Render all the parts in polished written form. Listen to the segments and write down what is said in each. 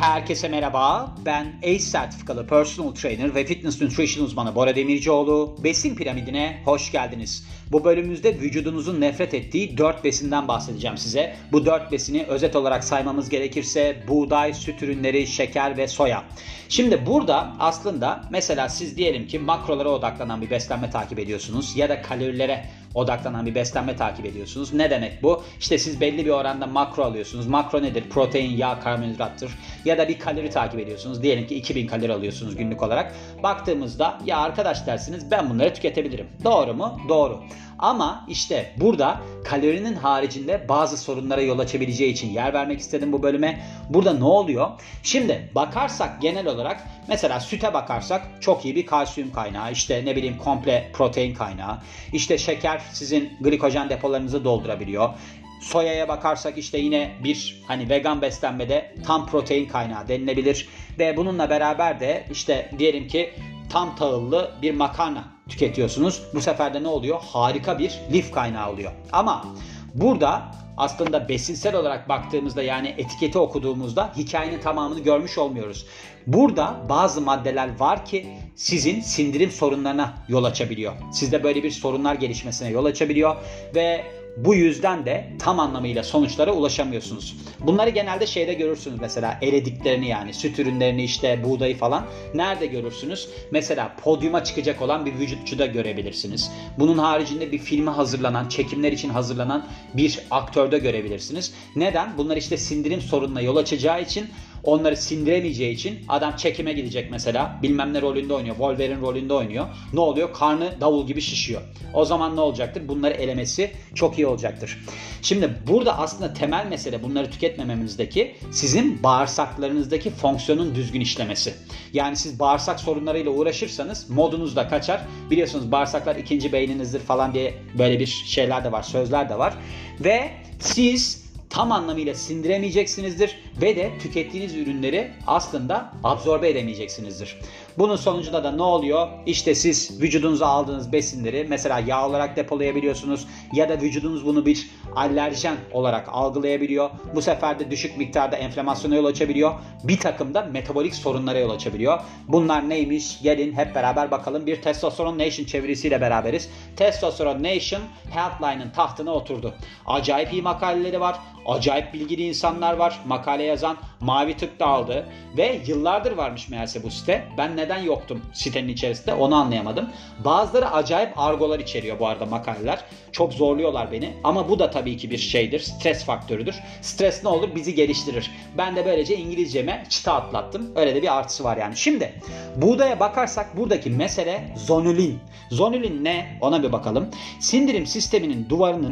Herkese merhaba. Ben ACE sertifikalı personal trainer ve fitness nutrition uzmanı Bora Demircioğlu. Besin piramidine hoş geldiniz. Bu bölümümüzde vücudunuzun nefret ettiği 4 besinden bahsedeceğim size. Bu 4 besini özet olarak saymamız gerekirse buğday, süt ürünleri, şeker ve soya. Şimdi burada aslında mesela siz diyelim ki makrolara odaklanan bir beslenme takip ediyorsunuz ya da kalorilere odaklanan bir beslenme takip ediyorsunuz. Ne demek bu? İşte siz belli bir oranda makro alıyorsunuz. Makro nedir? Protein, yağ, karbonhidrattır. Ya da bir kalori takip ediyorsunuz. Diyelim ki 2000 kalori alıyorsunuz günlük olarak. Baktığımızda ya arkadaş dersiniz ben bunları tüketebilirim. Doğru mu? Doğru. Ama işte burada kalorinin haricinde bazı sorunlara yol açabileceği için yer vermek istedim bu bölüme. Burada ne oluyor? Şimdi bakarsak genel olarak mesela süte bakarsak çok iyi bir kalsiyum kaynağı. İşte ne bileyim komple protein kaynağı. İşte şeker sizin glikojen depolarınızı doldurabiliyor. Soyaya bakarsak işte yine bir vegan beslenmede tam protein kaynağı denilebilir. Ve bununla beraber de işte diyelim ki tam tahıllı bir makarna tüketiyorsunuz. Bu sefer de ne oluyor? Harika bir lif kaynağı oluyor. Ama burada aslında besinsel olarak baktığımızda yani etiketi okuduğumuzda hikayenin tamamını görmüş olmuyoruz. Burada bazı maddeler var ki sizin sindirim sorunlarına yol açabiliyor. Sizde böyle bir sorunlar gelişmesine yol açabiliyor ve bu yüzden de tam anlamıyla sonuçlara ulaşamıyorsunuz. Bunları genelde şeyde görürsünüz mesela eridiklerini yani süt ürünlerini işte buğdayı falan. Nerede görürsünüz? Mesela podyuma çıkacak olan bir vücutçuda görebilirsiniz. Bunun haricinde bir filme hazırlanan, çekimler için hazırlanan bir aktörde görebilirsiniz. Neden? Bunlar işte sindirim sorununa yol açacağı için onları sindiremeyeceği için adam çekime gidecek mesela. Bilmem ne rolünde oynuyor. Wolverine rolünde oynuyor. Ne oluyor? Karnı davul gibi şişiyor. O zaman ne olacaktır? Bunları elemesi çok iyi olacaktır. Şimdi burada aslında temel mesele bunları tüketmememizdeki sizin bağırsaklarınızdaki fonksiyonun düzgün işlemesi. Yani siz bağırsak sorunlarıyla uğraşırsanız modunuz da kaçar. Biliyorsunuz bağırsaklar ikinci beyninizdir falan diye böyle bir şeyler de var, sözler de var. Ve siz tam anlamıyla sindiremeyeceksinizdir ve de tükettiğiniz ürünleri aslında absorbe edemeyeceksinizdir. Bunun sonucunda da ne oluyor? İşte siz vücudunuza aldığınız besinleri mesela yağ olarak depolayabiliyorsunuz ya da vücudunuz bunu bir alerjen olarak algılayabiliyor. Bu sefer de düşük miktarda enflamasyona yol açabiliyor. Bir takım da metabolik sorunlara yol açabiliyor. Bunlar neymiş? Gelin hep beraber bakalım. Bir Testosterone Nation çevirisiyle beraberiz. Testosterone Nation Healthline'ın tahtına oturdu. Acayip iyi makaleleri var. Acayip bilgili insanlar var. Makale yazan mavi tık da aldı. Ve yıllardır varmış meğerse bu site. Ben neden yoktum sitenin içerisinde onu anlayamadım. Bazıları acayip argolar içeriyor bu arada makaleler. Çok zorluyorlar beni. Ama bu da tabii ki bir şeydir. Stres faktörüdür. Stres ne olur? Bizi geliştirir. Ben de böylece İngilizceme çıta atlattım. Öyle de bir artısı var yani. Şimdi buğdaya bakarsak buradaki mesele zonulin. Zonulin ne? Ona bir bakalım. Sindirim sistemi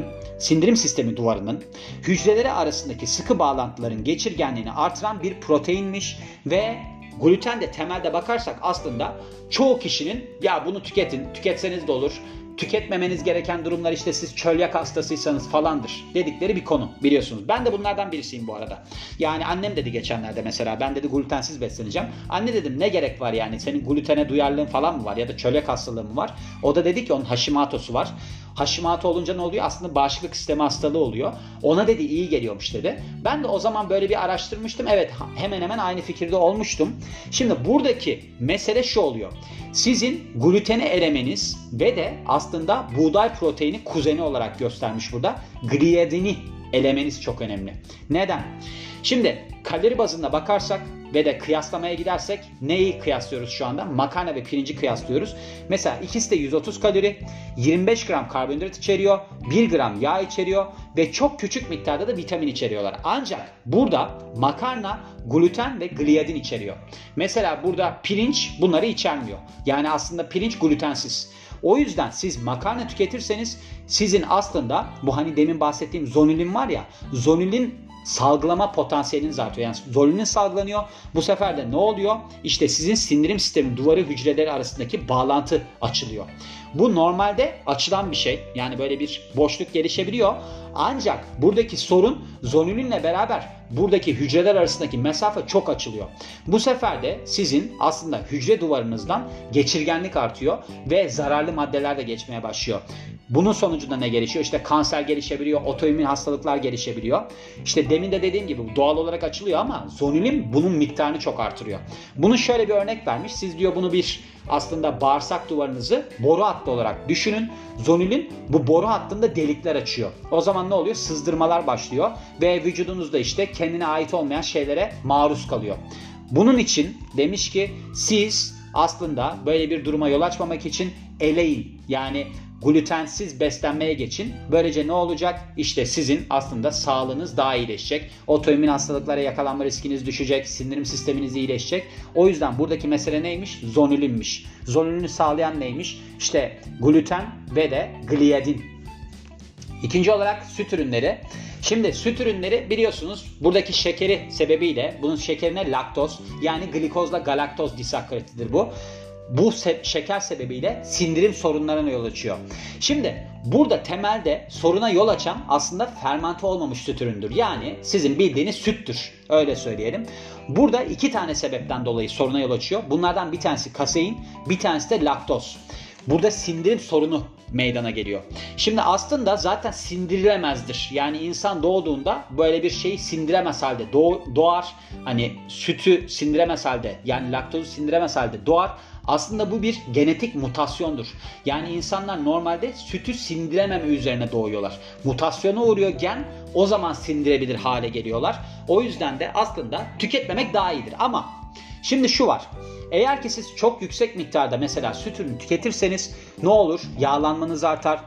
duvarının hücreleri arasındaki sıkı bağlantıların geçirgenliğini artıran bir proteinmiş ve gluten de temelde bakarsak aslında çoğu kişinin ya bunu tüketseniz de olur, tüketmemeniz gereken durumlar işte siz çölyak hastasıysanız falandır dedikleri bir konu biliyorsunuz. Ben de bunlardan birisiyim bu arada. Yani annem dedi geçenlerde mesela ben dedi glutensiz besleneceğim. Anne dedim ne gerek var yani senin glutene duyarlılığın falan mı var ya da çölyak hastalığı mı var? O da dedi ki onun Hashimoto'su var. Hashimoto olunca ne oluyor? Aslında bağışıklık sistemi hastalığı oluyor. Ona dedi iyi geliyormuş dedi. Ben de o zaman böyle bir araştırmıştım. Evet hemen hemen aynı fikirde olmuştum. Şimdi buradaki mesele şu oluyor. Sizin gluteni elemeniz ve de aslında buğday proteini kuzeni olarak göstermiş burada. Gliadini elemeniz çok önemli. Neden? Şimdi kalori bazında bakarsak ve de kıyaslamaya gidersek neyi kıyaslıyoruz şu anda? Makarna ve pirinci kıyaslıyoruz. Mesela ikisi de 130 kalori, 25 gram karbonhidrat içeriyor, 1 gram yağ içeriyor ve çok küçük miktarda da vitamin içeriyorlar. Ancak burada makarna gluten ve gliadin içeriyor. Mesela burada pirinç bunları içermiyor. Yani aslında pirinç glutensiz. O yüzden siz makarna tüketirseniz sizin aslında bu demin bahsettiğim zonulin var ya, zonulin salgılama potansiyeliniz artıyor. Yani zonulin salgılanıyor. Bu sefer de ne oluyor? İşte sizin sindirim sistemi duvarı hücreleri arasındaki bağlantı açılıyor. Bu normalde açılan bir şey. Yani böyle bir boşluk gelişebiliyor. Ancak buradaki sorun zonulinle beraber buradaki hücreler arasındaki mesafe çok açılıyor. Bu sefer de sizin aslında hücre duvarınızdan geçirgenlik artıyor ve zararlı maddeler de geçmeye başlıyor. Bunun sonucunda ne gelişiyor? İşte kanser gelişebiliyor, otoimmün hastalıklar gelişebiliyor. İşte demin de dediğim gibi doğal olarak açılıyor ama zonulin bunun miktarını çok artırıyor. Bunun şöyle bir örnek vermiş. Siz diyor bunu bir aslında bağırsak duvarınızı boru hattı olarak düşünün. Zonulin bu boru hattında delikler açıyor. O zaman ne oluyor? Sızdırmalar başlıyor ve vücudunuzda işte kendine ait olmayan şeylere maruz kalıyor. Bunun için demiş ki siz aslında böyle bir duruma yol açmamak için eleyin. Yani glutensiz beslenmeye geçin. Böylece ne olacak? İşte sizin aslında sağlığınız daha iyileşecek. Otoimmün hastalıklara yakalanma riskiniz düşecek. Sindirim sisteminiz iyileşecek. O yüzden buradaki mesele neymiş? Zonulinmiş. Zonulini sağlayan neymiş? İşte gluten ve de gliadin. İkinci olarak süt ürünleri. Şimdi süt ürünleri biliyorsunuz buradaki şekeri sebebiyle bunun şekerine laktoz yani glikozla galaktoz disakaritidir bu. Bu şeker sebebiyle sindirim sorunlarına yol açıyor. Şimdi burada temelde soruna yol açan aslında fermente olmamış süt üründür. Yani sizin bildiğiniz süttür. Öyle söyleyelim. Burada iki tane sebepten dolayı soruna yol açıyor. Bunlardan bir tanesi kasein, bir tanesi de laktoz. Burada sindirim sorunu meydana geliyor. Şimdi aslında zaten sindirilemezdir. Yani insan doğduğunda böyle bir şeyi sindiremez halde doğar. Hani sütü sindiremez halde yani laktozu sindiremez halde doğar. Aslında bu bir genetik mutasyondur. Yani insanlar normalde sütü sindirememe üzerine doğuyorlar. Mutasyona uğruyor gen, o zaman sindirebilir hale geliyorlar. O yüzden de aslında tüketmemek daha iyidir. Ama şimdi şu var. Eğer ki siz çok yüksek miktarda mesela süt ürünü tüketirseniz ne olur? Yağlanmanız artar,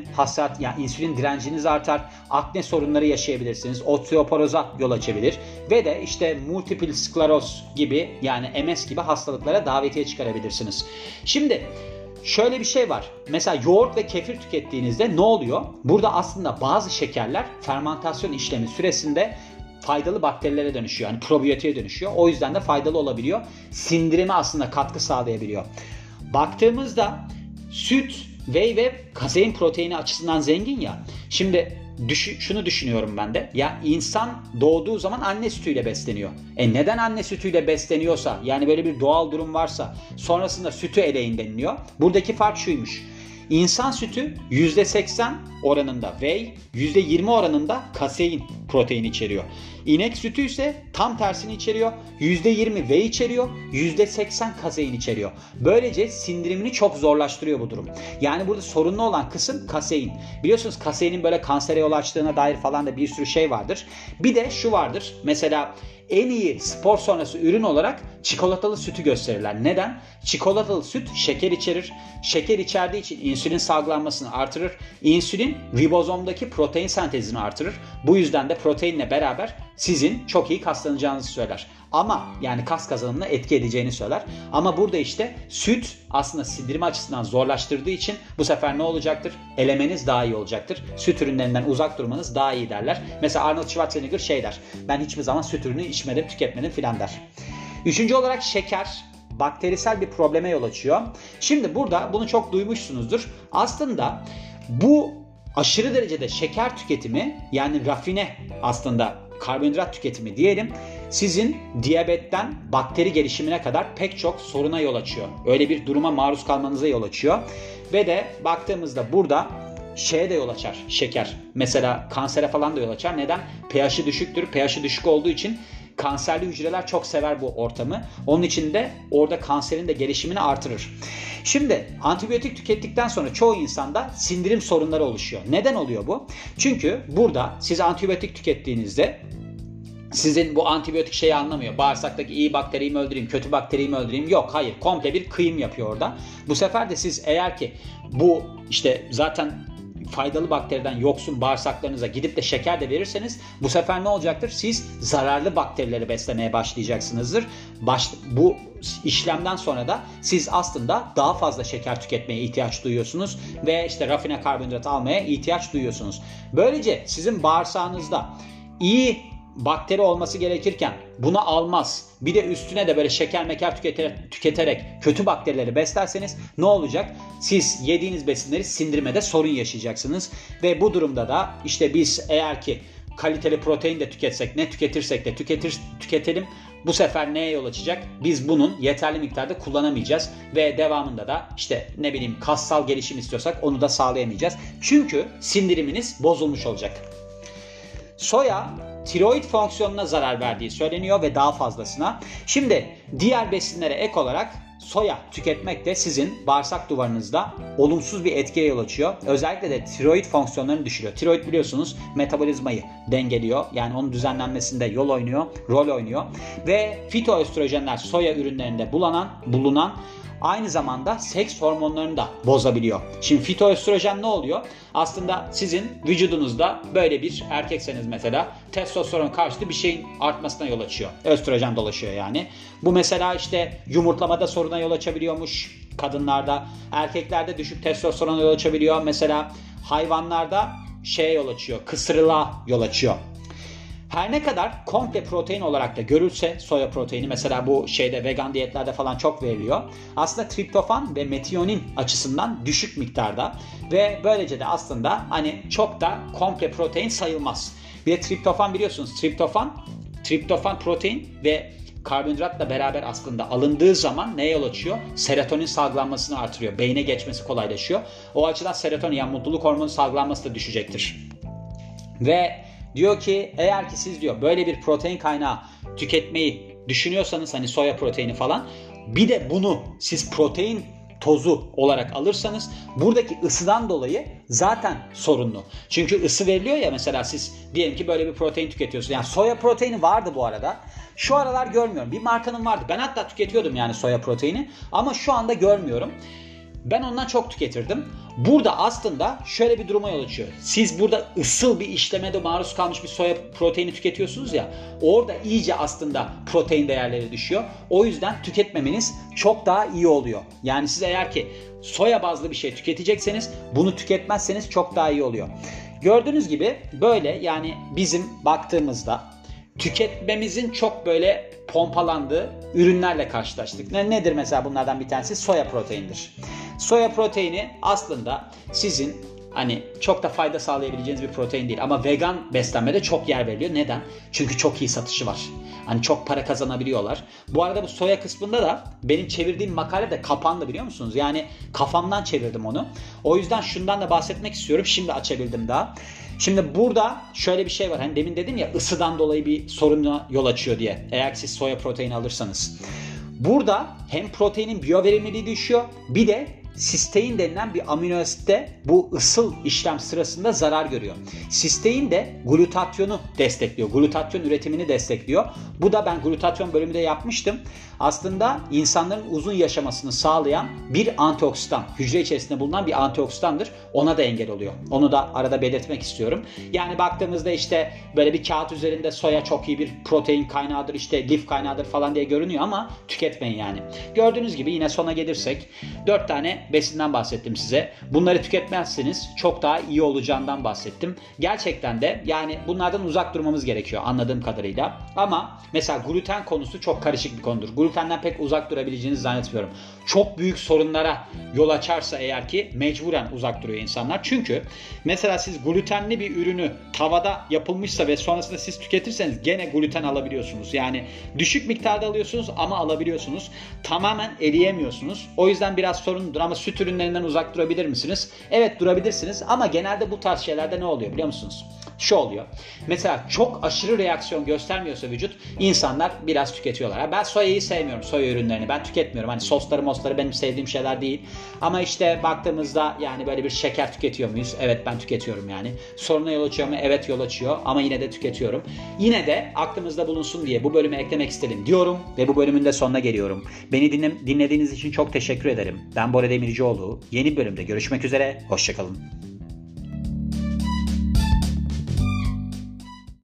insülin direnciniz artar, akne sorunları yaşayabilirsiniz, osteoporoza yol açabilir ve de işte multiple skleroz gibi yani MS gibi hastalıklara davetiye çıkarabilirsiniz. Şimdi şöyle bir şey var. Mesela yoğurt ve kefir tükettiğinizde ne oluyor? Burada aslında bazı şekerler fermentasyon işlemi süresinde faydalı bakterilere dönüşüyor. Yani probiyotiğe dönüşüyor. O yüzden de faydalı olabiliyor. Sindirime aslında katkı sağlayabiliyor. Baktığımızda süt, whey ve kazein proteini açısından zengin ya. Şimdi şunu düşünüyorum ben de. Ya insan doğduğu zaman anne sütüyle besleniyor. Neden anne sütüyle besleniyorsa yani böyle bir doğal durum varsa sonrasında sütü eleyin deniliyor. Buradaki fark şuymuş. İnsan sütü %80 oranında whey, %20 oranında kasein protein içeriyor. İnek sütü ise tam tersini içeriyor. %20 whey içeriyor, %80 kazein içeriyor. Böylece sindirimini çok zorlaştırıyor bu durum. Yani burada sorunlu olan kısım kasein. Biliyorsunuz kaseinin böyle kansere yol açtığına dair falan da bir sürü şey vardır. Bir de şu vardır. Mesela en iyi spor sonrası ürün olarak çikolatalı sütü gösterirler. Neden? Çikolatalı süt şeker içerir. Şeker içerdiği için insülin salgılanmasını artırır. İnsülin ribozomdaki protein sentezini artırır. Bu yüzden de proteinle beraber sizin çok iyi kaslanacağınızı söyler. Ama yani kas kazanımına etki edeceğini söyler. Ama burada işte süt aslında sindirim açısından zorlaştırdığı için bu sefer ne olacaktır? Elemeniz daha iyi olacaktır. Süt ürünlerinden uzak durmanız daha iyi derler. Mesela Arnold Schwarzenegger şey der. Ben hiçbir zaman süt ürünü içmedim, tüketmedim filan der. Üçüncü olarak şeker bakterisel bir probleme yol açıyor. Şimdi burada bunu çok duymuşsunuzdur. Aslında bu aşırı derecede şeker tüketimi yani rafine aslında karbonhidrat tüketimi diyelim sizin diyabetten bakteri gelişimine kadar pek çok soruna yol açıyor. Öyle bir duruma maruz kalmanıza yol açıyor. Ve de baktığımızda burada şeye de yol açar şeker. Mesela kansere falan da yol açar. Neden? pH'i düşüktür. pH'i düşük olduğu için kanserli hücreler çok sever bu ortamı. Onun için de orada kanserin de gelişimini artırır. Şimdi antibiyotik tükettikten sonra çoğu insanda sindirim sorunları oluşuyor. Neden oluyor bu? Çünkü burada siz antibiyotik tükettiğinizde sizin bu antibiyotik şeyi anlamıyor. Bağırsaktaki iyi bakteriyi mi öldüreyim, kötü bakteriyi mi öldüreyim? Yok, hayır. Komple bir kıyım yapıyor orada. Bu sefer de siz eğer ki bu işte zaten faydalı bakteriden yoksun bağırsaklarınıza gidip de şeker de verirseniz bu sefer ne olacaktır? Siz zararlı bakterileri beslemeye başlayacaksınızdır. Bu işlemden sonra da siz aslında daha fazla şeker tüketmeye ihtiyaç duyuyorsunuz ve işte rafine karbonhidrat almaya ihtiyaç duyuyorsunuz. Böylece sizin bağırsağınızda iyi bakteri olması gerekirken bunu almaz. Bir de üstüne de böyle şeker tüketerek kötü bakterileri beslerseniz ne olacak? Siz yediğiniz besinleri sindirmede sorun yaşayacaksınız. Ve bu durumda da işte biz eğer ki kaliteli protein de tüketsek ne tüketirsek de tüketelim. bu sefer neye yol açacak? Biz bunun yeterli miktarda kullanamayacağız ve devamında da işte ne bileyim kassal gelişim istiyorsak onu da sağlayamayacağız. Çünkü sindiriminiz bozulmuş olacak. Soya tiroid fonksiyonuna zarar verdiği söyleniyor ve daha fazlasına. Şimdi diğer besinlere ek olarak soya tüketmek de sizin bağırsak duvarınızda olumsuz bir etkiye yol açıyor. Özellikle de tiroid fonksiyonlarını düşürüyor. Tiroid biliyorsunuz metabolizmayı dengeliyor. Yani onun düzenlenmesinde rol oynuyor. Ve fitoöstrojenler soya ürünlerinde bulunan aynı zamanda seks hormonlarını da bozabiliyor. Şimdi fitoöstrojen ne oluyor? Aslında sizin vücudunuzda böyle bir erkekseniz mesela testosteron karşıtı bir şeyin artmasına yol açıyor. Östrojen dolaşıyor yani. Bu mesela işte yumurtlamada soruna yol açabiliyormuş kadınlarda. Erkeklerde düşük testosterona yol açabiliyor. Mesela hayvanlarda yol açıyor. Kısırlığa yol açıyor. Her ne kadar komple protein olarak da görülse soya proteini mesela bu vegan diyetlerde falan çok veriliyor. Aslında triptofan ve metionin açısından düşük miktarda ve böylece de aslında hani çok da komple protein sayılmaz. Bir de triptofan biliyorsunuz triptofan protein ve karbonhidratla beraber aslında alındığı zaman neye yol açıyor? Serotonin salgılanmasını artırıyor. Beyne geçmesi kolaylaşıyor. O açıdan serotonin yani mutluluk hormonu salgılanması da düşecektir. Ve diyor ki eğer ki siz diyor böyle bir protein kaynağı tüketmeyi düşünüyorsanız hani soya proteini falan bir de bunu siz protein tozu olarak alırsanız buradaki ısıdan dolayı zaten sorunlu. Çünkü ısı veriliyor ya mesela siz diyelim ki böyle bir protein tüketiyorsunuz. Yani soya proteini vardı bu arada. Şu aralar görmüyorum. Bir markanın vardı. Ben hatta tüketiyordum yani soya proteini ama şu anda görmüyorum. Ben ondan çok tüketirdim. Burada aslında şöyle bir duruma yol açıyor. Siz burada ısıl bir işlemede maruz kalmış bir soya proteini tüketiyorsunuz ya. Orada iyice aslında protein değerleri düşüyor. O yüzden tüketmemeniz çok daha iyi oluyor. Yani siz eğer ki soya bazlı bir şey tüketecekseniz bunu tüketmezseniz çok daha iyi oluyor. Gördüğünüz gibi böyle yani bizim baktığımızda tüketmemizin çok böyle pompalandığı ürünlerle karşılaştık. Nedir mesela bunlardan bir tanesi? Soya proteinidir. Soya proteini aslında sizin hani çok da fayda sağlayabileceğiniz bir protein değil. Ama vegan beslenmede çok yer veriliyor. Neden? Çünkü çok iyi satışı var. Hani çok para kazanabiliyorlar. Bu arada bu soya kısmında da benim çevirdiğim makale de kapandı biliyor musunuz? Yani kafamdan çevirdim onu. O yüzden şundan da bahsetmek istiyorum. Şimdi açabildim daha. Şimdi burada şöyle bir şey var. Hani demin dedim ya ısıdan dolayı bir soruna yol açıyor diye. Eğer siz soya proteini alırsanız. Burada hem proteinin biyoverimliliği düşüyor bir de sistein denilen bir amino asitte bu ısıl işlem sırasında zarar görüyor. Sistein de glutatyonu destekliyor. Glutatyon üretimini destekliyor. Bu da ben glutatyon bölümünde yapmıştım. Aslında insanların uzun yaşamasını sağlayan bir antioksidan. Hücre içerisinde bulunan bir antioksidandır. Ona da engel oluyor. Onu da arada belirtmek istiyorum. Yani baktığımızda işte böyle bir kağıt üzerinde soya çok iyi bir protein kaynağıdır, işte lif kaynağıdır falan diye görünüyor ama tüketmeyin yani. Gördüğünüz gibi yine sona gelirsek 4 tane besinden bahsettim size. Bunları tüketmezseniz çok daha iyi olacağından bahsettim. Gerçekten de yani bunlardan uzak durmamız gerekiyor anladığım kadarıyla. Ama mesela gluten konusu çok karışık bir konudur. Glutenden pek uzak durabileceğinizi zannetmiyorum. Çok büyük sorunlara yol açarsa eğer ki mecburen uzak duruyor insanlar. Çünkü mesela siz glutenli bir ürünü tavada yapılmışsa ve sonrasında siz tüketirseniz gene gluten alabiliyorsunuz. Yani düşük miktarda alıyorsunuz ama alabiliyorsunuz. Tamamen eleyemiyorsunuz. O yüzden biraz sorunludur ama süt ürünlerinden uzak durabilir misiniz? Evet durabilirsiniz ama genelde bu tarz şeylerde ne oluyor biliyor musunuz? Şu oluyor. Mesela çok aşırı reaksiyon göstermiyorsa vücut insanlar biraz tüketiyorlar. Ben soyayı sevmiyorum, soya ürünlerini. Ben tüketmiyorum. Hani sosları benim sevdiğim şeyler değil. Ama işte baktığımızda yani böyle bir şeker tüketiyor muyuz? Evet ben tüketiyorum yani. Soruna yol açıyor mu? Evet yol açıyor ama yine de tüketiyorum. Yine de aklımızda bulunsun diye bu bölüme eklemek istedim diyorum ve bu bölümün de sonuna geliyorum. Beni dinlediğiniz için çok teşekkür ederim. Ben Bora Demircioğlu. Yeni bir bölümde görüşmek üzere. Hoşçakalın.